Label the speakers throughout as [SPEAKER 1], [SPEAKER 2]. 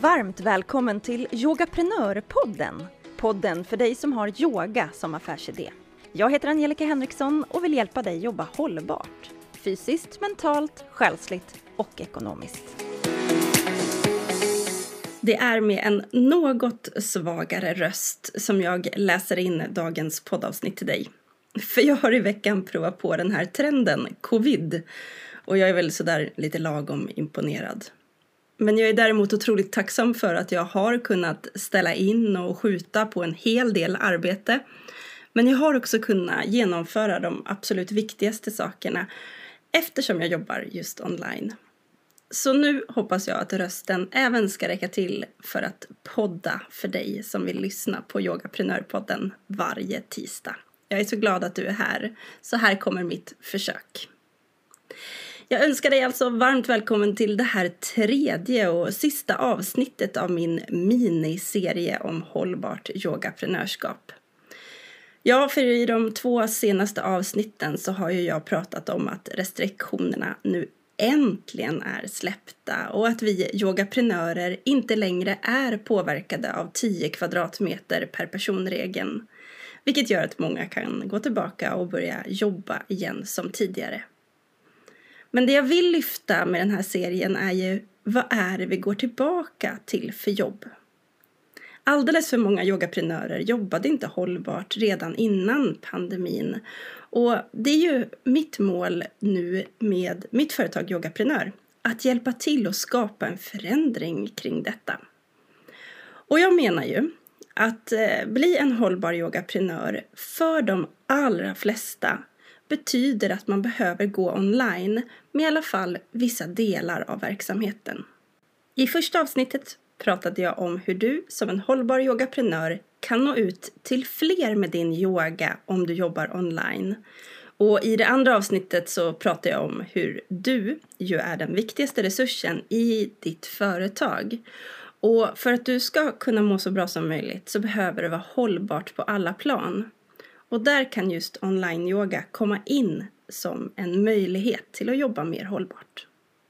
[SPEAKER 1] Varmt välkommen till Yogaprenörpodden. Podden för dig som har yoga som affärsidé. Jag heter Angelica Henriksson och vill hjälpa dig jobba hållbart. Fysiskt, mentalt, själsligt och ekonomiskt.
[SPEAKER 2] Det är med en något svagare röst som jag läser in dagens poddavsnitt till dig. För jag har i veckan provat på den här trenden, covid. Och jag är väl sådär lite lagom imponerad. Men jag är däremot otroligt tacksam för att jag har kunnat ställa in och skjuta på en hel del arbete. Men jag har också kunnat genomföra de absolut viktigaste sakerna eftersom jag jobbar just online. Så nu hoppas jag att rösten även ska räcka till för att podda för dig som vill lyssna på Yogaprenörpodden varje tisdag. Jag är så glad att du är här, så här kommer mitt försök. Jag önskar dig alltså varmt välkommen till det här tredje och sista avsnittet av min miniserie om hållbart yogaprenörskap. Ja, för i de 2 senaste avsnitten så har ju jag pratat om att restriktionerna nu äntligen är släppta och att vi yogaprenörer inte längre är påverkade av 10 kvadratmeter per personregeln. Vilket gör att många kan gå tillbaka och börja jobba igen som tidigare. Men det jag vill lyfta med den här serien är ju, vad är det vi går tillbaka till för jobb? Alldeles för många yogaprenörer jobbade inte hållbart redan innan pandemin. Och det är ju mitt mål nu med mitt företag Yogaprenör, att hjälpa till och skapa en förändring kring detta. Och jag menar ju att bli en hållbar yogaprenör för de allra flesta betyder att man behöver gå online med i alla fall vissa delar av verksamheten. I första avsnittet pratade jag om hur du som en hållbar yogaprenör kan nå ut till fler med din yoga om du jobbar online. Och i det andra avsnittet så pratar jag om hur du ju är den viktigaste resursen i ditt företag. Och för att du ska kunna må så bra som möjligt så behöver det vara hållbart på alla plan. Och där kan just online-yoga komma in som en möjlighet till att jobba mer hållbart.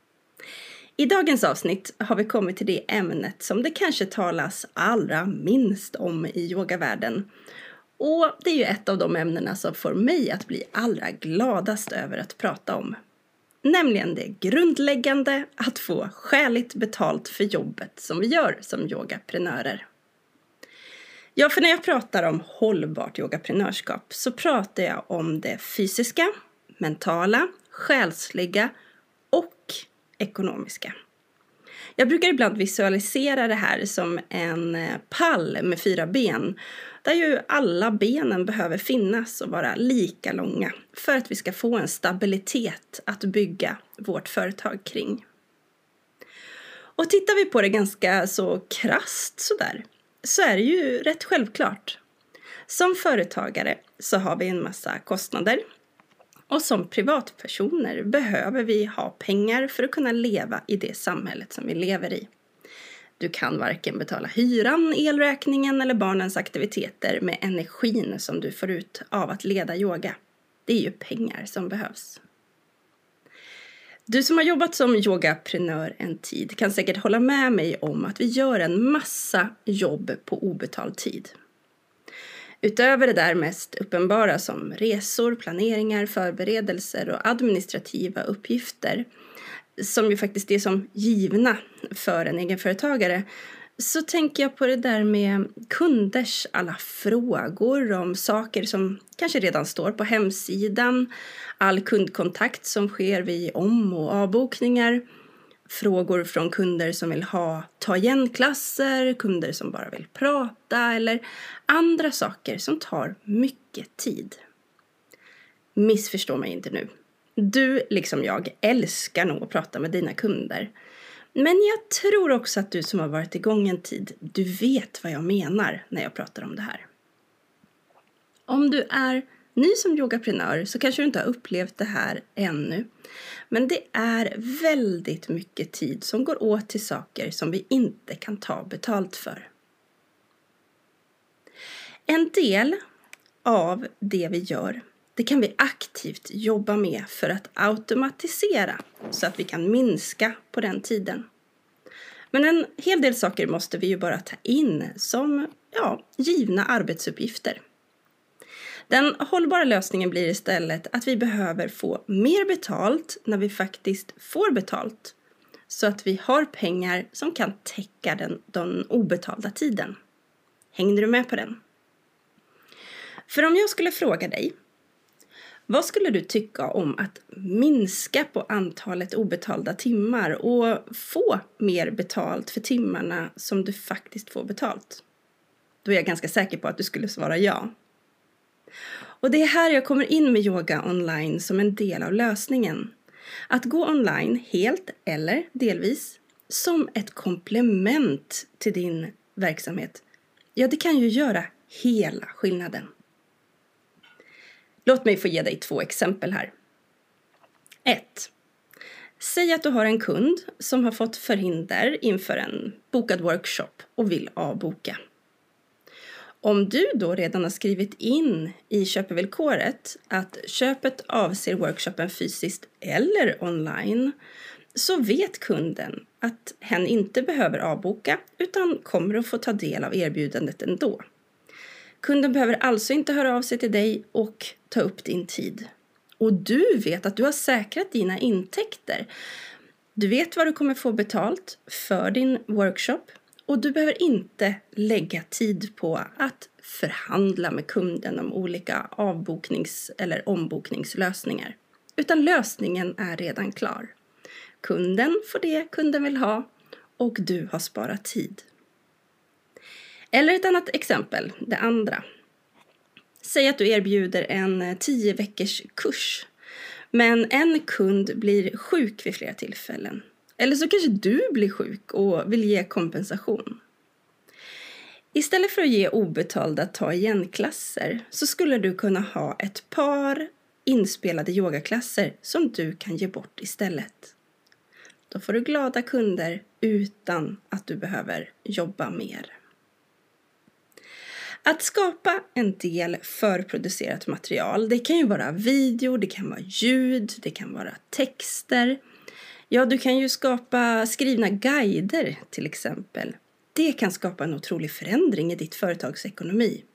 [SPEAKER 2] I dagens avsnitt har vi kommit till det ämnet som det kanske talas allra minst om i yogavärlden. Och det är ju ett av de ämnena som får mig att bli allra gladast över att prata om. Nämligen det grundläggande att få skäligt betalt för jobbet som vi gör som yogaprenörer. Ja, för när jag pratar om hållbart yogaprenörskap så pratar jag om det fysiska, mentala, själsliga och ekonomiska. Jag brukar ibland visualisera det här som en pall med 4 ben. Där ju alla benen behöver finnas och vara lika långa för att vi ska få en stabilitet att bygga vårt företag kring. Och tittar vi på det ganska så krasst sådär, så är det ju rätt självklart. Som företagare så har vi en massa kostnader. Och som privatpersoner behöver vi ha pengar för att kunna leva i det samhället som vi lever i. Du kan varken betala hyran, elräkningen eller barnens aktiviteter med energin som du får ut av att leda yoga. Det är ju pengar som behövs. Du som har jobbat som yogaprenör en tid kan säkert hålla med mig om att vi gör en massa jobb på obetald tid. Utöver det där mest uppenbara som resor, planeringar, förberedelser och administrativa uppgifter, som ju faktiskt är som givna för en egenföretagare, så tänker jag på det där med kunders alla frågor om saker som kanske redan står på hemsidan, all kundkontakt som sker vid om- och avbokningar, frågor från kunder som vill ta igen klasser, kunder som bara vill prata eller andra saker som tar mycket tid. Missförstå mig inte nu. Du, liksom jag, älskar nog att prata med dina kunder. Men jag tror också att du som har varit igång en tid, du vet vad jag menar när jag pratar om det här. Om du är ny som yogaprenör så kanske du inte har upplevt det här ännu. Men det är väldigt mycket tid som går åt till saker som vi inte kan ta betalt för. En del av det vi gör, det kan vi aktivt jobba med för att automatisera så att vi kan minska på den tiden. Men en hel del saker måste vi ju bara ta in som givna arbetsuppgifter. Den hållbara lösningen blir istället att vi behöver få mer betalt när vi faktiskt får betalt. Så att vi har pengar som kan täcka den obetalda tiden. Hängde du med på den? För om jag skulle fråga dig, vad skulle du tycka om att minska på antalet obetalda timmar och få mer betalt för timmarna som du faktiskt får betalt? Då är jag ganska säker på att du skulle svara ja. Och det är här jag kommer in med yoga online som en del av lösningen. Att gå online helt eller delvis som ett komplement till din verksamhet, det kan ju göra hela skillnaden. Låt mig få ge dig 2 exempel här. 1. Säg att du har en kund som har fått förhinder inför en bokad workshop och vill avboka. Om du då redan har skrivit in i köpevillkoret att köpet avser workshopen fysiskt eller online, så vet kunden att hen inte behöver avboka utan kommer att få ta del av erbjudandet ändå. Kunden behöver alltså inte höra av sig till dig och ta upp din tid. Och du vet att du har säkrat dina intäkter. Du vet vad du kommer få betalt för din workshop. Och du behöver inte lägga tid på att förhandla med kunden om olika avboknings- eller ombokningslösningar. Utan lösningen är redan klar. Kunden får det kunden vill ha och du har sparat tid. Eller ett annat exempel, det andra. Säg att du erbjuder en 10 veckors kurs. Men en kund blir sjuk vid flera tillfällen. Eller så kanske du blir sjuk och vill ge kompensation. Istället för att ge obetalda ta igen-klasser så skulle du kunna ha ett par inspelade yogaklasser som du kan ge bort istället. Då får du glada kunder utan att du behöver jobba mer. Att skapa en del förproducerat material, det kan ju vara video, det kan vara ljud, det kan vara texter. Ja, du kan ju skapa skrivna guider till exempel. Det kan skapa en otrolig förändring i ditt företags ekonomi.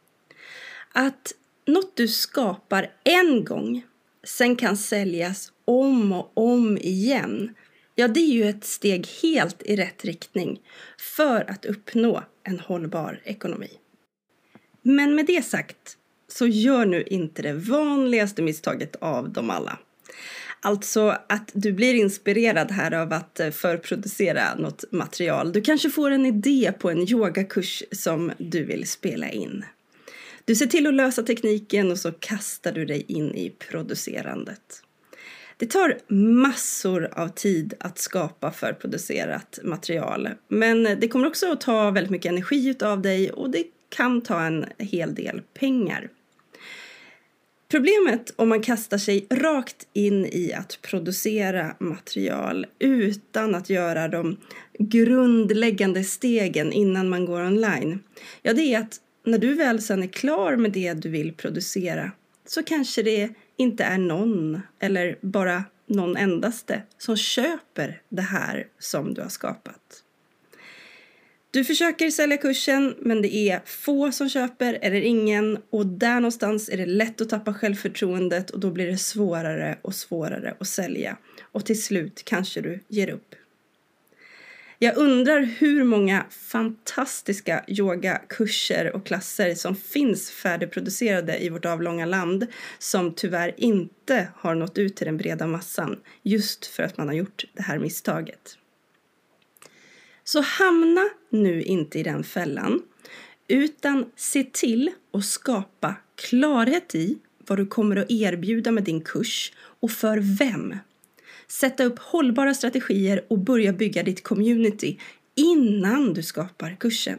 [SPEAKER 2] Att något du skapar en gång sen kan säljas om och om igen. Ja, det är ju ett steg helt i rätt riktning för att uppnå en hållbar ekonomi. Men med det sagt så gör nu inte det vanligaste misstaget av dem alla. Alltså att du blir inspirerad här av att förproducera något material. Du kanske får en idé på en yogakurs som du vill spela in. Du ser till att lösa tekniken och så kastar du dig in i producerandet. Det tar massor av tid att skapa förproducerat material. Men det kommer också att ta väldigt mycket energi utav dig och det kan ta en hel del pengar. Problemet om man kastar sig rakt in i att producera material utan att göra de grundläggande stegen innan man går online. Ja, det är att när du väl sen är klar med det du vill producera så kanske det inte är någon eller bara någon endaste som köper det här som du har skapat. Du försöker sälja kursen men det är få som köper eller ingen och där någonstans är det lätt att tappa självförtroendet och då blir det svårare och svårare att sälja och till slut kanske du ger upp. Jag undrar hur många fantastiska yogakurser och klasser som finns färdigproducerade i vårt avlånga land som tyvärr inte har nått ut till den breda massan just för att man har gjort det här misstaget. Så hamna nu inte i den fällan utan se till att skapa klarhet i vad du kommer att erbjuda med din kurs och för vem. Sätta upp hållbara strategier och börja bygga ditt community innan du skapar kursen.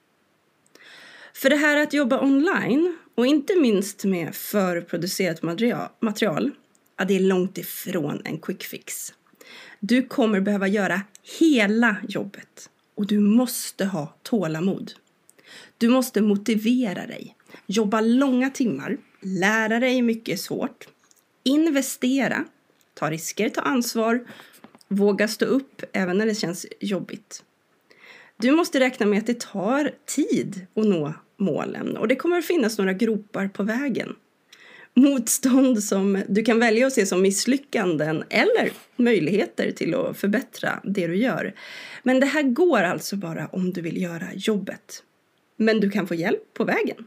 [SPEAKER 2] För det här att jobba online och inte minst med förproducerat material, ja, det är långt ifrån en quick fix. Du kommer behöva göra hela jobbet och du måste ha tålamod. Du måste motivera dig, jobba långa timmar, lära dig mycket svårt, investera, ta risker, ta ansvar, våga stå upp även när det känns jobbigt. Du måste räkna med att det tar tid att nå målen och det kommer att finnas några gropar på vägen. Motstånd som du kan välja att se som misslyckanden eller möjligheter till att förbättra det du gör. Men det här går alltså bara om du vill göra jobbet. Men du kan få hjälp på vägen.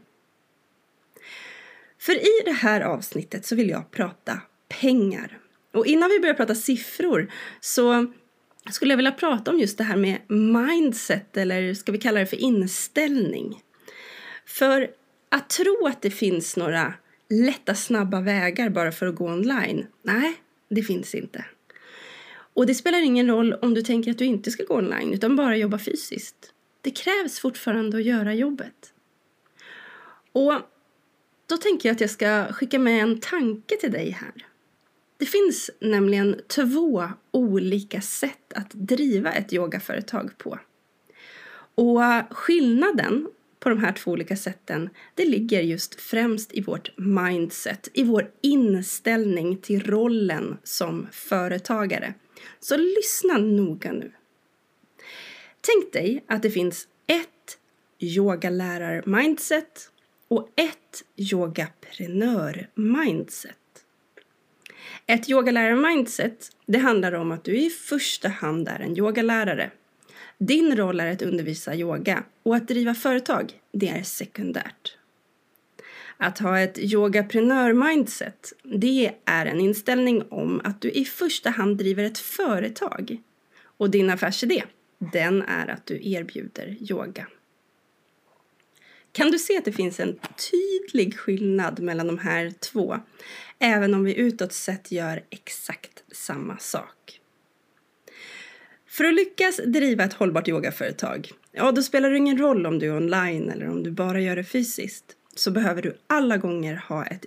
[SPEAKER 2] För i det här avsnittet så vill jag prata pengar. Och innan vi börjar prata siffror så skulle jag vilja prata om just det här med mindset, eller ska vi kalla det för inställning. För att tro att det finns några lätta snabba vägar bara för att gå online, nej, det finns inte. Och det spelar ingen roll om du tänker att du inte ska gå online utan bara jobba fysiskt. Det krävs fortfarande att göra jobbet. Och då tänker jag att jag ska skicka med en tanke till dig här. Det finns nämligen 2 olika sätt att driva ett yogaföretag på. Och skillnaden på de här 2 olika sätten, det ligger just främst i vårt mindset, i vår inställning till rollen som företagare. Så lyssna noga nu. Tänk dig att det finns ett yogalärar-mindset och ett yogaprenör-mindset. Ett yogalärar-mindset, det handlar om att du i första hand är en yogalärare. Din roll är att undervisa yoga och att driva företag, det är sekundärt. Att ha ett yogaprenör-mindset, det är en inställning om att du i första hand driver ett företag. Och din affärsidé, den är att du erbjuder yoga. Kan du se att det finns en tydlig skillnad mellan de här 2, även om vi utåt sett gör exakt samma sak? För att lyckas driva ett hållbart yogaföretag, ja då spelar det ingen roll om du är online eller om du bara gör det fysiskt, så behöver du alla gånger ha ett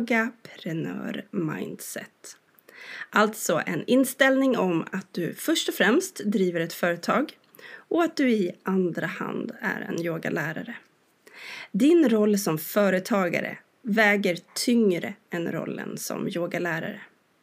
[SPEAKER 2] yogaprenör-mindset. Alltså en inställning om att du först och främst driver ett företag och att du i andra hand är en yogalärare. Din roll som företagare väger tyngre än rollen som yogalärare.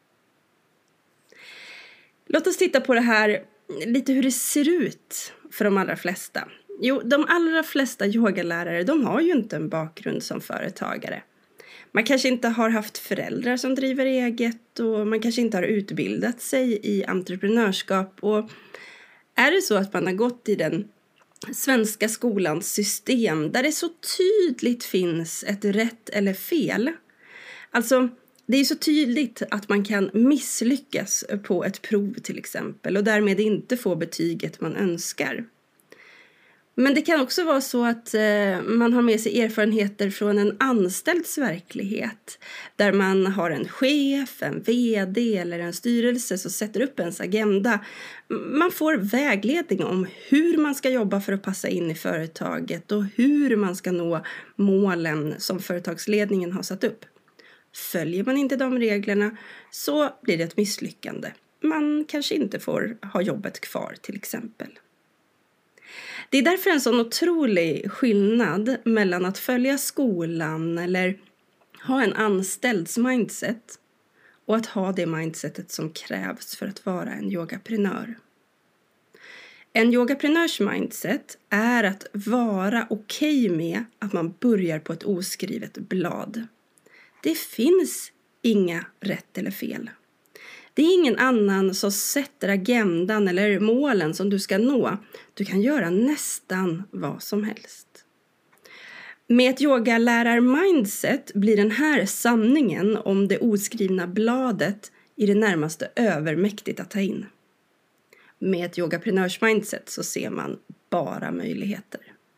[SPEAKER 2] Låt oss titta på det här, lite hur det ser ut för de allra flesta. Jo, de allra flesta yogalärare, de har ju inte en bakgrund som företagare. Man kanske inte har haft föräldrar som driver eget och man kanske inte har utbildat sig i entreprenörskap. Och är det så att man har gått i den svenska skolans system där det så tydligt finns ett rätt eller fel. Alltså, det är så tydligt att man kan misslyckas på ett prov till exempel och därmed inte få betyget man önskar. Men det kan också vara så att man har med sig erfarenheter från en anställds verklighet. Där man har en chef, en vd eller en styrelse som sätter upp ens agenda. Man får vägledning om hur man ska jobba för att passa in i företaget och hur man ska nå målen som företagsledningen har satt upp. Följer man inte de reglerna så blir det ett misslyckande. Man kanske inte får ha jobbet kvar till exempel. Det är därför en sån otrolig skillnad mellan att följa skolan eller ha en anställds mindset och att ha det mindsetet som krävs för att vara en yogaprenör. En yogaprenörs mindset är att vara okej med att man börjar på ett oskrivet blad. Det finns inga rätt eller fel. Det är ingen annan som sätter agendan eller målen som du ska nå. Du kan göra nästan vad som helst. Med ett yogalärar-mindset blir den här sanningen om det oskrivna bladet i det närmaste övermäktigt att ta in. Med ett yogaprenörs-mindset så ser man bara möjligheter.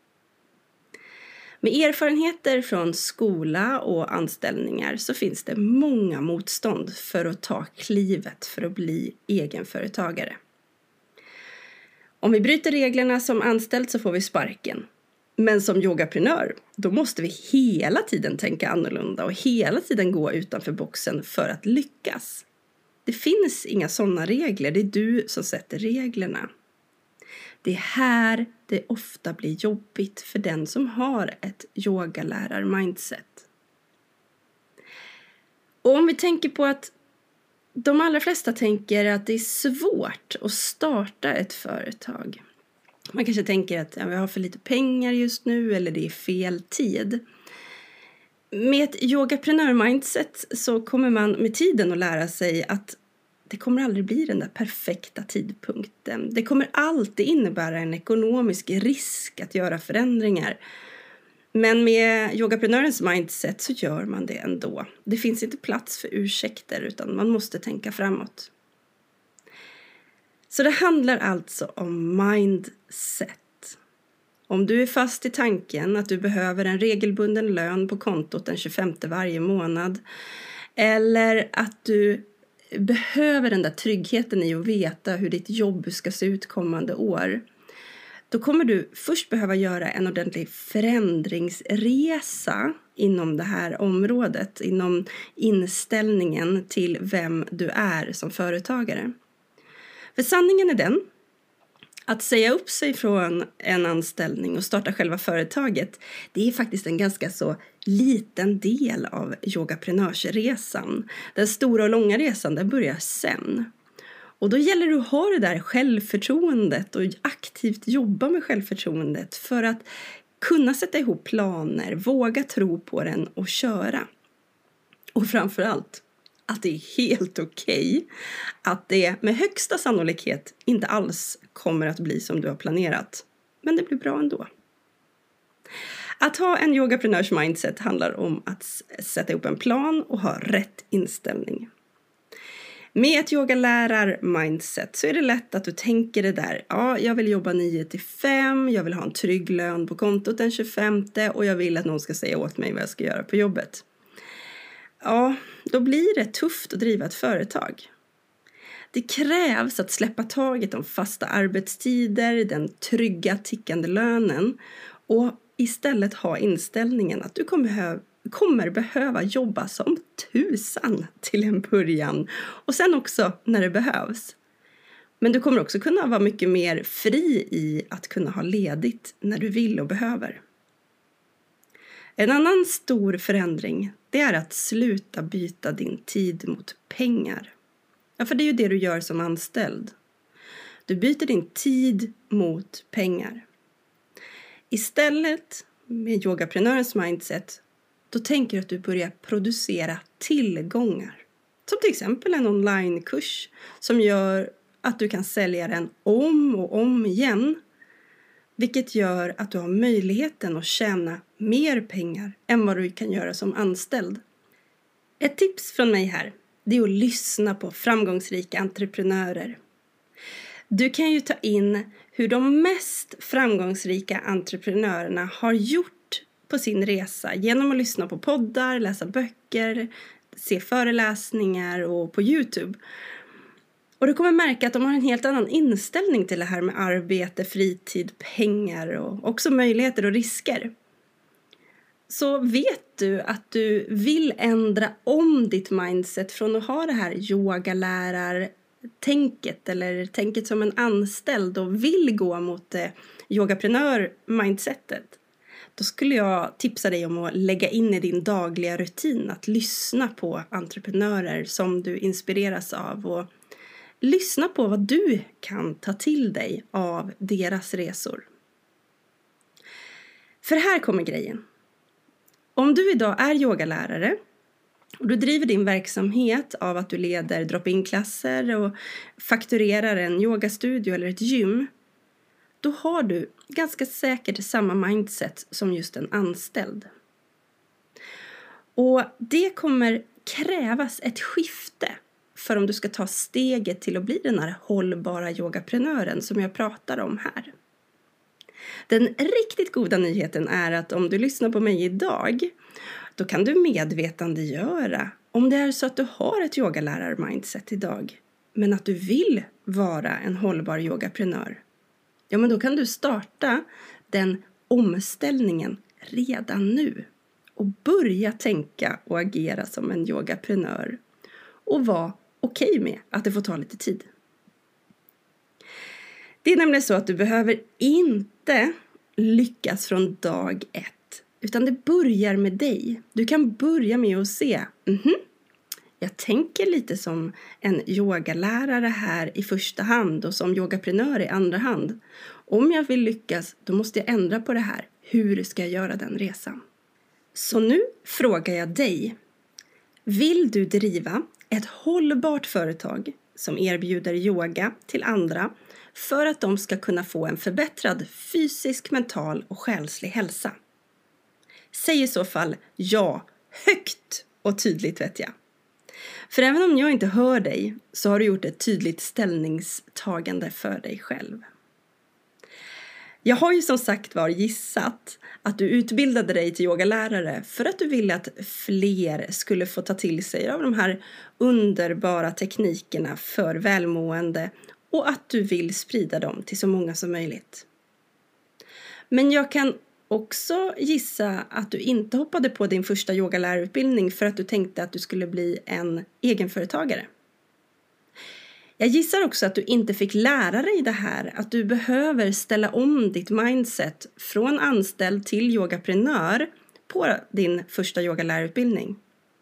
[SPEAKER 2] Med erfarenheter från skola och anställningar så finns det många motstånd för att ta klivet för att bli egenföretagare. Om vi bryter reglerna som anställd så får vi sparken. Men som yogaprenör, då måste vi hela tiden tänka annorlunda och hela tiden gå utanför boxen för att lyckas. Det finns inga sådana regler, det är du som sätter reglerna. Det är här det ofta blir jobbigt för den som har ett yogalärar-mindset. Och om vi tänker på att de allra flesta tänker att det är svårt att starta ett företag. Man kanske tänker att vi har för lite pengar just nu eller det är fel tid. Med ett yogaprenör-mindset så kommer man med tiden att lära sig att det kommer aldrig bli den där perfekta tidpunkten. Det kommer alltid innebära en ekonomisk risk att göra förändringar. Men med yogaprenörens mindset så gör man det ändå. Det finns inte plats för ursäkter utan man måste tänka framåt. Så det handlar alltså om mindset. Om du är fast i tanken att du behöver en regelbunden lön på kontot den 25 varje månad. Eller att du behöver den där tryggheten i att veta hur ditt jobb ska se ut kommande år. Då kommer du först behöva göra en ordentlig förändringsresa inom det här området. Inom inställningen till vem du är som företagare. För sanningen är den att säga upp sig från en anställning och starta själva företaget, det är faktiskt en ganska så liten del av yogaprenörsresan. Den stora och långa resan, den börjar sen. Och då gäller det att ha det där självförtroendet och aktivt jobba med självförtroendet för att kunna sätta ihop planer, våga tro på den och köra. Och framförallt att det är helt okej att det med högsta sannolikhet inte alls kommer att bli som du har planerat. Men det blir bra ändå. Att ha en yogaprenörs mindset handlar om att sätta ihop en plan och ha rätt inställning. Med ett yogalärar-mindset så är det lätt att du tänker det där. Ja, jag vill jobba 9-5, jag vill ha en trygg lön på kontot den 25 och jag vill att någon ska säga åt mig vad jag ska göra på jobbet. Ja, då blir det tufft att driva ett företag. Det krävs att släppa taget om fasta arbetstider, den trygga tickande lönen och istället ha inställningen att du kommer behöva jobba som tusan till en början och sen också när det behövs. Men du kommer också kunna vara mycket mer fri i att kunna ha ledigt när du vill och behöver. En annan stor förändring, det är att sluta byta din tid mot pengar. Ja, för det är ju det du gör som anställd. Du byter din tid mot pengar. Istället med yogaprenörens mindset, då tänker du att du börjar producera tillgångar. Som till exempel en onlinekurs som gör att du kan sälja den om och om igen. Vilket gör att du har möjligheten att tjäna mer pengar än vad du kan göra som anställd. Ett tips från mig här, det är att lyssna på framgångsrika entreprenörer. Du kan ju ta in hur de mest framgångsrika entreprenörerna har gjort på sin resa genom att lyssna på poddar, läsa böcker, se föreläsningar och på YouTube. Och du kommer märka att de har en helt annan inställning till det här med arbete, fritid, pengar och också möjligheter och risker. Så vet du att du vill ändra om ditt mindset från att ha det här yogalärartänket eller tänket som en anställd och vill gå mot yogaprenör-mindsetet. Då skulle jag tipsa dig om att lägga in i din dagliga rutin att lyssna på entreprenörer som du inspireras av och lyssna på vad du kan ta till dig av deras resor. För här kommer grejen. Om du idag är yogalärare och du driver din verksamhet av att du leder drop-in-klasser och fakturerar en yogastudio eller ett gym, då har du ganska säkert samma mindset som just en anställd. Och det kommer krävas ett skifte för om du ska ta steget till att bli den här hållbara yogaprenören som jag pratar om här. Den riktigt goda nyheten är att om du lyssnar på mig idag, då kan du medvetandegöra om det är så att du har ett yogalärar-mindset idag, men att du vill vara en hållbar yogaprenör. Ja, men då kan du starta den omställningen redan nu och börja tänka och agera som en yogaprenör och vara okej med att det får ta lite tid. Det är nämligen så att du behöver inte lyckas från dag 1, utan det börjar med dig. Du kan börja med att se, Jag tänker lite som en yogalärare här i första hand och som yogaprenör i andra hand. Om jag vill lyckas, då måste jag ändra på det här. Hur ska jag göra den resan? Så nu frågar jag dig. Vill du driva ett hållbart företag som erbjuder yoga till andra för att de ska kunna få en förbättrad fysisk, mental och själslig hälsa? Säg i så fall ja, högt och tydligt vet jag. För även om jag inte hör dig så har du gjort ett tydligt ställningstagande för dig själv. Jag har ju som sagt gissat att du utbildade dig till yogalärare för att du ville att fler skulle få ta till sig av de här underbara teknikerna för välmående och att du vill sprida dem till så många som möjligt. Men jag kan också gissa att du inte hoppade på din första yogalärarutbildning för att du tänkte att du skulle bli en egenföretagare. Jag gissar också att du inte fick lära dig det här, att du behöver ställa om ditt mindset från anställd till yogaprenör på din första yogalärarutbildning.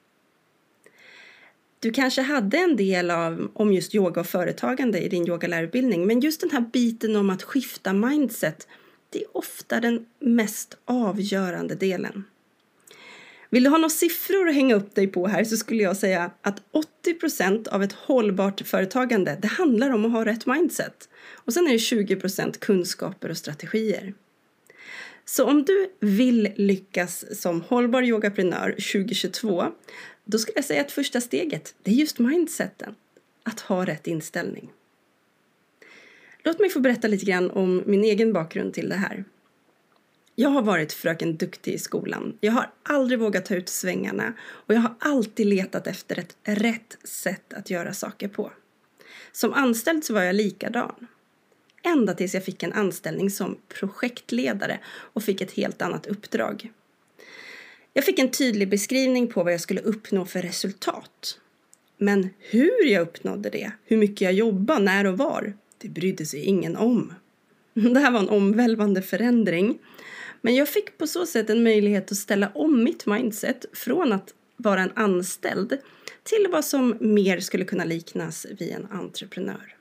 [SPEAKER 2] Du kanske hade en del om just yoga och företagande i din yogalärarutbildning, men just den här biten om att skifta mindset, det är ofta den mest avgörande delen. Vill du ha några siffror att hänga upp dig på här så skulle jag säga att 80% av ett hållbart företagande, det handlar om att ha rätt mindset. Och sen är det 20% kunskaper och strategier. Så om du vill lyckas som hållbar yogaprenör 2022, då skulle jag säga att första steget, det är just mindseten. Att ha rätt inställning. Låt mig få berätta lite grann om min egen bakgrund till det här. Jag har varit fröken duktig i skolan. Jag har aldrig vågat ta ut svängarna och jag har alltid letat efter ett rätt sätt att göra saker på. Som anställd så var jag likadan. Ända tills jag fick en anställning som projektledare och fick ett helt annat uppdrag. Jag fick en tydlig beskrivning på vad jag skulle uppnå för resultat. Men hur jag uppnådde det, hur mycket jag jobbade, när och var, det brydde sig ingen om. Det här var en omvälvande förändring. Men jag fick på så sätt en möjlighet att ställa om mitt mindset från att vara en anställd till vad som mer skulle kunna liknas vid en entreprenör.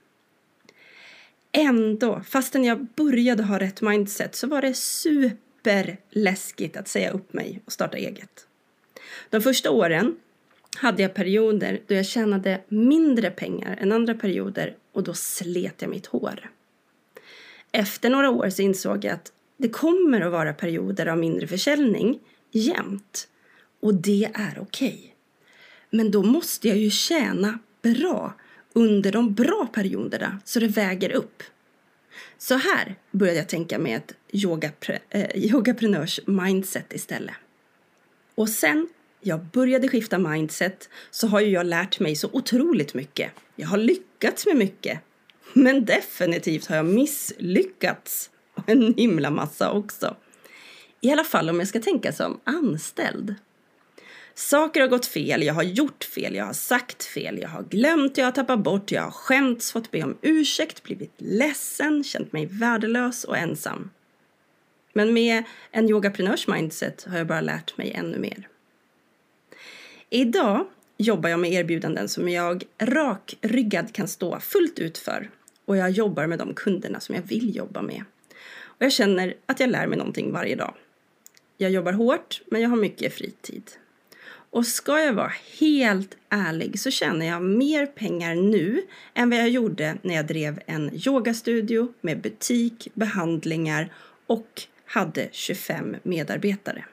[SPEAKER 2] Ändå, fastän jag började ha rätt mindset så var det superläskigt att säga upp mig och starta eget. De första åren hade jag perioder då jag tjänade mindre pengar än andra perioder och då slet jag mitt hår. Efter några år så insåg jag att det kommer att vara perioder av mindre försäljning jämt. Och det är okej. Men då måste jag ju tjäna bra under de bra perioderna så det väger upp. Så här började jag tänka med ett yogaprenörs mindset istället. Och sen jag började skifta mindset så har ju jag lärt mig så otroligt mycket. Jag har lyckats med mycket. Men definitivt har jag misslyckats. Och en himla massa också. I alla fall om jag ska tänka som anställd. Saker har gått fel, jag har gjort fel, jag har sagt fel, jag har glömt, jag har tappat bort, jag har skämts, fått be om ursäkt, blivit ledsen, känt mig värdelös och ensam. Men med en yogaprenörs mindset har jag bara lärt mig ännu mer. Idag jobbar jag med erbjudanden som jag rakryggad kan stå fullt ut för. Och jag jobbar med de kunderna som jag vill jobba med. Och jag känner att jag lär mig någonting varje dag. Jag jobbar hårt men jag har mycket fritid. Och ska jag vara helt ärlig så tjänar jag mer pengar nu än vad jag gjorde när jag drev en yogastudio med butik, behandlingar och hade 25 medarbetare.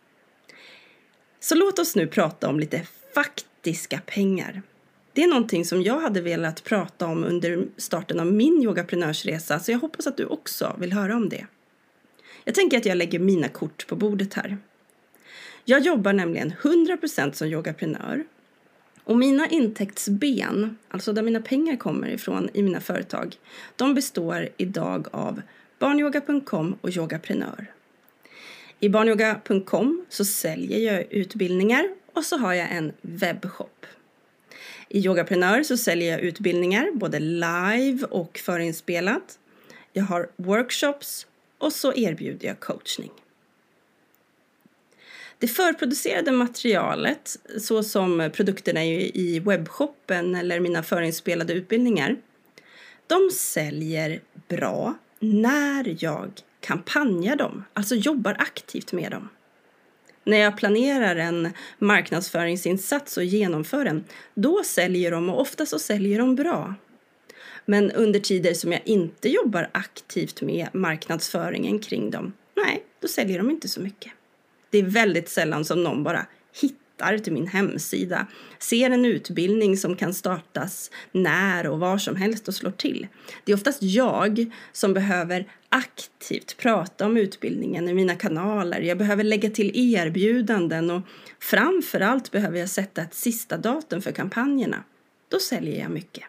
[SPEAKER 2] Så låt oss nu prata om lite faktiska pengar. Det är någonting som jag hade velat prata om under starten av min yogaprenörsresa, så jag hoppas att du också vill höra om det. Jag tänker att jag lägger mina kort på bordet här. Jag jobbar nämligen 100% som yogaprenör och mina intäktsben, alltså där mina pengar kommer ifrån i mina företag, de består idag av barnyoga.com och yogaprenör. I barnyoga.com så säljer jag utbildningar och så har jag en webbshop. I Yogaprenör så säljer jag utbildningar, både live och förinspelat. Jag har workshops och så erbjuder jag coachning. Det förproducerade materialet, så som produkterna i webbshoppen eller mina förinspelade utbildningar, de säljer bra när jag kampanjar dem, alltså jobbar aktivt med dem. När jag planerar en marknadsföringsinsats och genomför den, då säljer de och ofta så säljer de bra. Men under tider som jag inte jobbar aktivt med marknadsföringen kring dem, nej, då säljer de inte så mycket. Det är väldigt sällan som någon bara hittar till min hemsida, ser en utbildning som kan startas när och var som helst och slår till. Det är oftast jag som behöver aktivt prata om utbildningen i mina kanaler. Jag behöver lägga till erbjudanden och framförallt behöver jag sätta ett sista datum för kampanjerna. Då säljer jag mycket.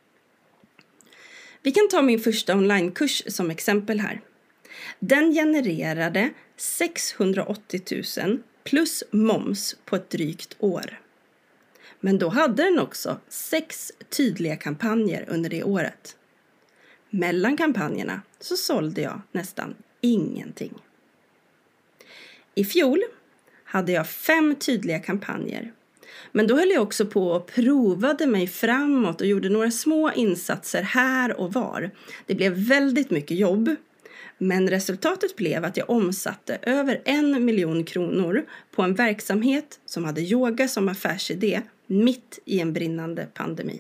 [SPEAKER 2] Vi kan ta min första onlinekurs som exempel här. Den genererade 680 000 plus moms på ett drygt år. Men då hade den också 6 tydliga kampanjer under det året. Mellan kampanjerna så sålde jag nästan ingenting. I fjol hade jag 5 tydliga kampanjer. Men då höll jag också på och provade mig framåt och gjorde några små insatser här och var. Det blev väldigt mycket jobb. Men resultatet blev att jag omsatte över 1 miljon kronor på en verksamhet som hade yoga som affärsidé mitt i en brinnande pandemi.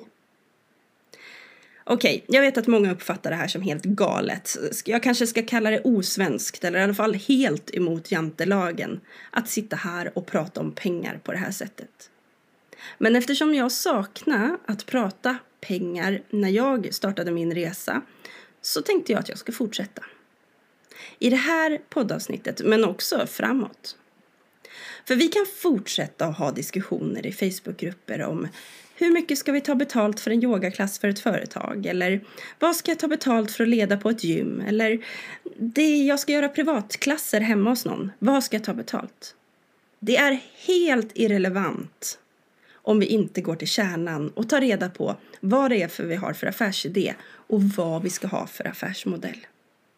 [SPEAKER 2] Okej, jag vet att många uppfattar det här som helt galet. Jag kanske ska kalla det osvenskt eller i alla fall helt emot jantelagen att sitta här och prata om pengar på det här sättet. Men eftersom jag saknar att prata pengar när jag startade min resa så tänkte jag att jag ska fortsätta. I det här poddavsnittet men också framåt. För vi kan fortsätta att ha diskussioner i Facebookgrupper om hur mycket ska vi ta betalt för en yogaklass för ett företag? Eller vad ska jag ta betalt för att leda på ett gym? Eller jag ska göra privatklasser hemma hos någon. Vad ska jag ta betalt? Det är helt irrelevant om vi inte går till kärnan och tar reda på vad det är för vi har för affärsidé och vad vi ska ha för affärsmodell.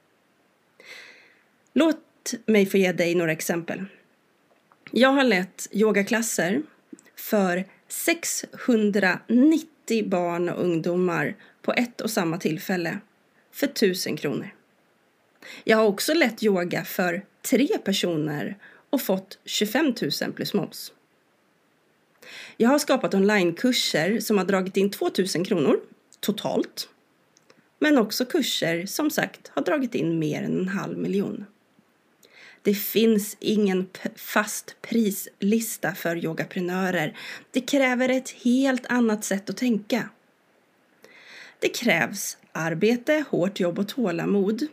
[SPEAKER 2] Låt mig få ge dig några exempel. Jag har lett yogaklasser för 690 barn och ungdomar på ett och samma tillfälle för 1000 kronor. Jag har också lett yoga för 3 personer och fått 25 000 plus moms. Jag har skapat onlinekurser som har dragit in 2000 kronor totalt. Men också kurser som sagt har dragit in mer än 500 000. Det finns ingen fast prislista för yogaprenörer. Det kräver ett helt annat sätt att tänka. Det krävs arbete, hårt jobb och tålamod.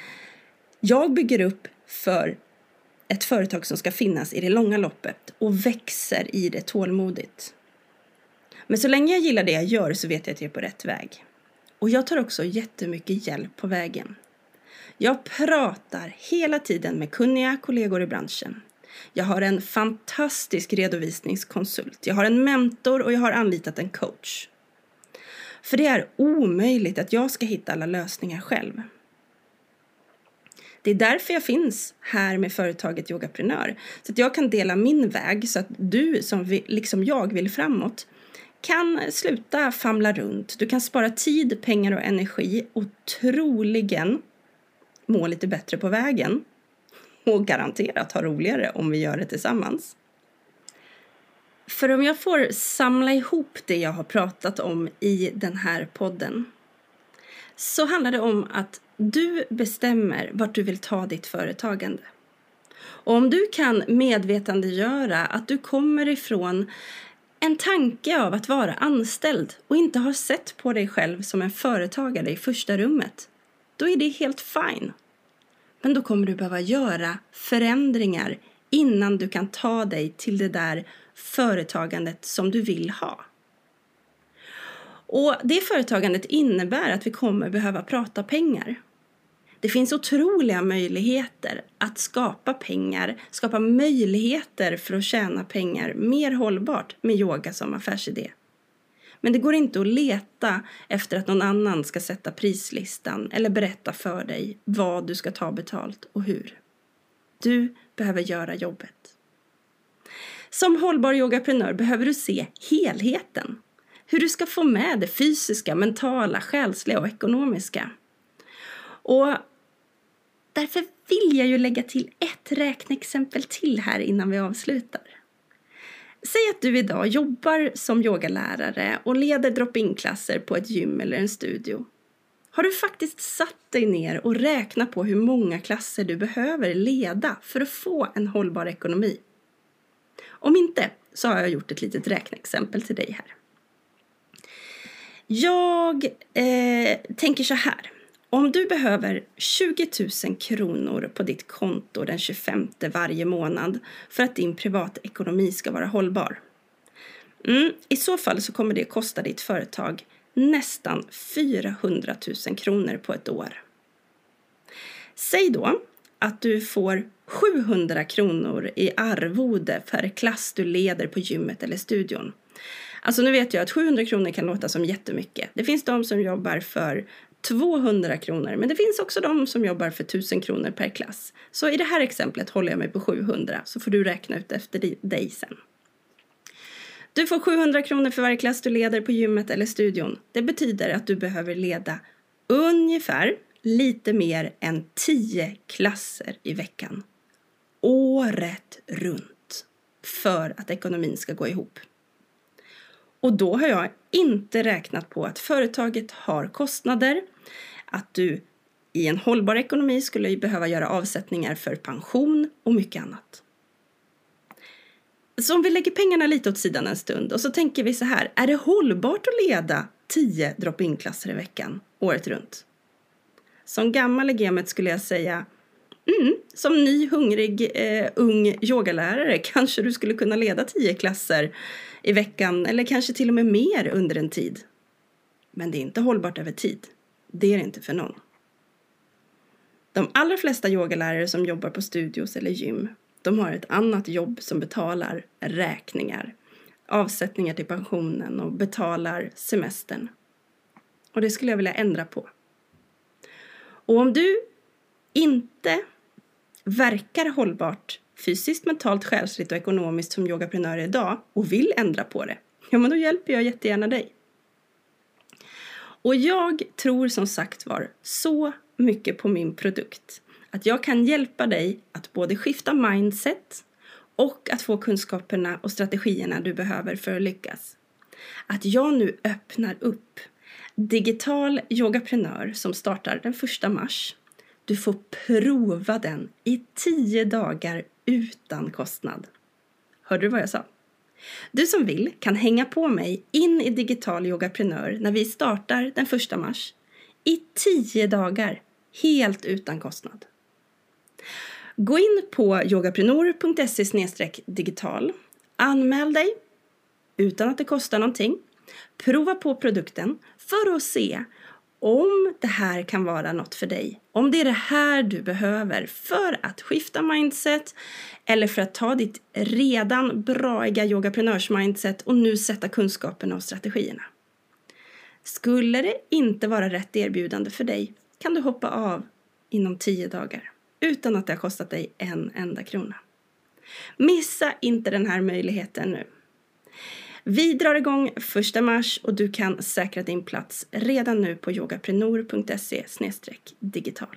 [SPEAKER 2] Jag bygger upp för ett företag som ska finnas i det långa loppet och växer i det tålmodigt. Men så länge jag gillar det jag gör så vet jag att jag är på rätt väg. Och jag tar också jättemycket hjälp på vägen. Jag pratar hela tiden med kunniga kollegor i branschen. Jag har en fantastisk redovisningskonsult. Jag har en mentor och jag har anlitat en coach. För det är omöjligt att jag ska hitta alla lösningar själv. Det är därför jag finns här med företaget Yogaprenör. Så att jag kan dela min väg så att du som liksom jag vill framåt kan sluta famla runt. Du kan spara tid, pengar och energi och troligen må lite bättre på vägen. Och garanterat ha roligare om vi gör det tillsammans. För om jag får samla ihop det jag har pratat om i den här podden så handlar det om att du bestämmer vart du vill ta ditt företagande. Och om du kan medvetandegöra att du kommer ifrån en tanke av att vara anställd och inte har sett på dig själv som en företagare i första rummet, då är det helt fine. Men då kommer du behöva göra förändringar innan du kan ta dig till det där företagandet som du vill ha. Och det företagandet innebär att vi kommer behöva prata pengar. Det finns otroliga möjligheter att skapa pengar, skapa möjligheter för att tjäna pengar mer hållbart med yoga som affärsidé. Men det går inte att leta efter att någon annan ska sätta prislistan eller berätta för dig vad du ska ta betalt och hur. Du behöver göra jobbet. Som hållbar yogaprenör behöver du se helheten. Hur du ska få med det fysiska, mentala, själsliga och ekonomiska. Och därför vill jag ju lägga till ett räkneexempel till här innan vi avslutar. Säg att du idag jobbar som yogalärare och leder drop-in-klasser på ett gym eller en studio. Har du faktiskt satt dig ner och räknat på hur många klasser du behöver leda för att få en hållbar ekonomi? Om inte så har jag gjort ett litet räkneexempel till dig här. Jag tänker så här. Om du behöver 20 000 kronor på ditt konto den 25 varje månad för att din privatekonomi ska vara hållbar. I så fall så kommer det kosta ditt företag nästan 400 000 kronor på ett år. Säg då att du får 700 kronor i arvode per klass du leder på gymmet eller studion. Alltså nu vet jag att 700 kronor kan låta som jättemycket. Det finns de som jobbar för 200 kronor, men det finns också de som jobbar för 1000 kronor per klass. Så i det här exemplet håller jag mig på 700, så får du räkna ut efter dig sen. Du får 700 kronor för varje klass du leder på gymmet eller studion. Det betyder att du behöver leda ungefär lite mer än 10 klasser i veckan. Året runt. För att ekonomin ska gå ihop. Och då har jag inte räknat på att företaget har kostnader. Att du i en hållbar ekonomi skulle behöva göra avsättningar för pension och mycket annat. Så om vi lägger pengarna lite åt sidan en stund och så tänker vi så här. Är det hållbart att leda 10 drop-in-klasser i veckan året runt? Som gammal i gamet skulle jag säga. Som ny, hungrig, ung yogalärare kanske du skulle kunna leda 10 klasser i veckan eller kanske till och med mer under en tid. Men det är inte hållbart över tid. Det är det inte för någon. De allra flesta yogalärare som jobbar på studios eller gym, de har ett annat jobb som betalar räkningar, avsättningar till pensionen och betalar semestern. Och det skulle jag vilja ändra på. Och om du inte verkar hållbart fysiskt, mentalt, själsligt och ekonomiskt som yogaprenör idag och vill ändra på det, ja men då hjälper jag jättegärna dig. Och jag tror som sagt var så mycket på min produkt att jag kan hjälpa dig att både skifta mindset och att få kunskaperna och strategierna du behöver för att lyckas. Att jag nu öppnar upp Digital Yogaprenör som startar den 1 mars. Du får prova den i 10 dagar utan kostnad. Hörde du vad jag sa? Du som vill kan hänga på mig in i Digital Yogaprenör när vi startar den 1 mars. I 10 dagar, helt utan kostnad. Gå in på yogaprenor.se/digital. Anmäl dig utan att det kostar någonting. Prova på produkten för att se om det här kan vara något för dig. Om det är det här du behöver för att skifta mindset eller för att ta ditt redan braiga yogaprenörs-mindset och nu sätta kunskaperna och strategierna. Skulle det inte vara rätt erbjudande för dig kan du hoppa av inom 10 dagar utan att det har kostat dig en enda krona. Missa inte den här möjligheten nu. Vi drar igång 1 mars och du kan säkra din plats redan nu på yogaprenor.se/digital.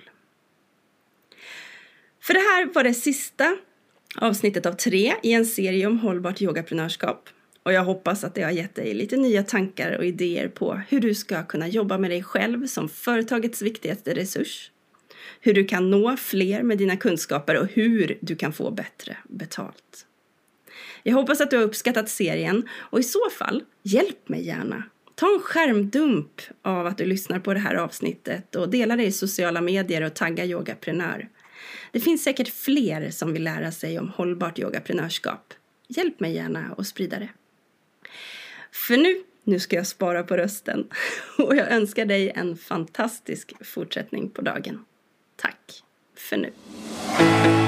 [SPEAKER 2] För det här var det sista avsnittet av 3 i en serie om hållbart yogaprenörskap. Och jag hoppas att det har gett dig lite nya tankar och idéer på hur du ska kunna jobba med dig själv som företagets viktigaste resurs. Hur du kan nå fler med dina kunskaper och hur du kan få bättre betalt. Jag hoppas att du har uppskattat serien och i så fall, hjälp mig gärna. Ta en skärmdump av att du lyssnar på det här avsnittet och dela det i sociala medier och tagga yogaprenör. Det finns säkert fler som vill lära sig om hållbart yogaprenörskap. Hjälp mig gärna att sprida det. För nu ska jag spara på rösten och jag önskar dig en fantastisk fortsättning på dagen. Tack för nu.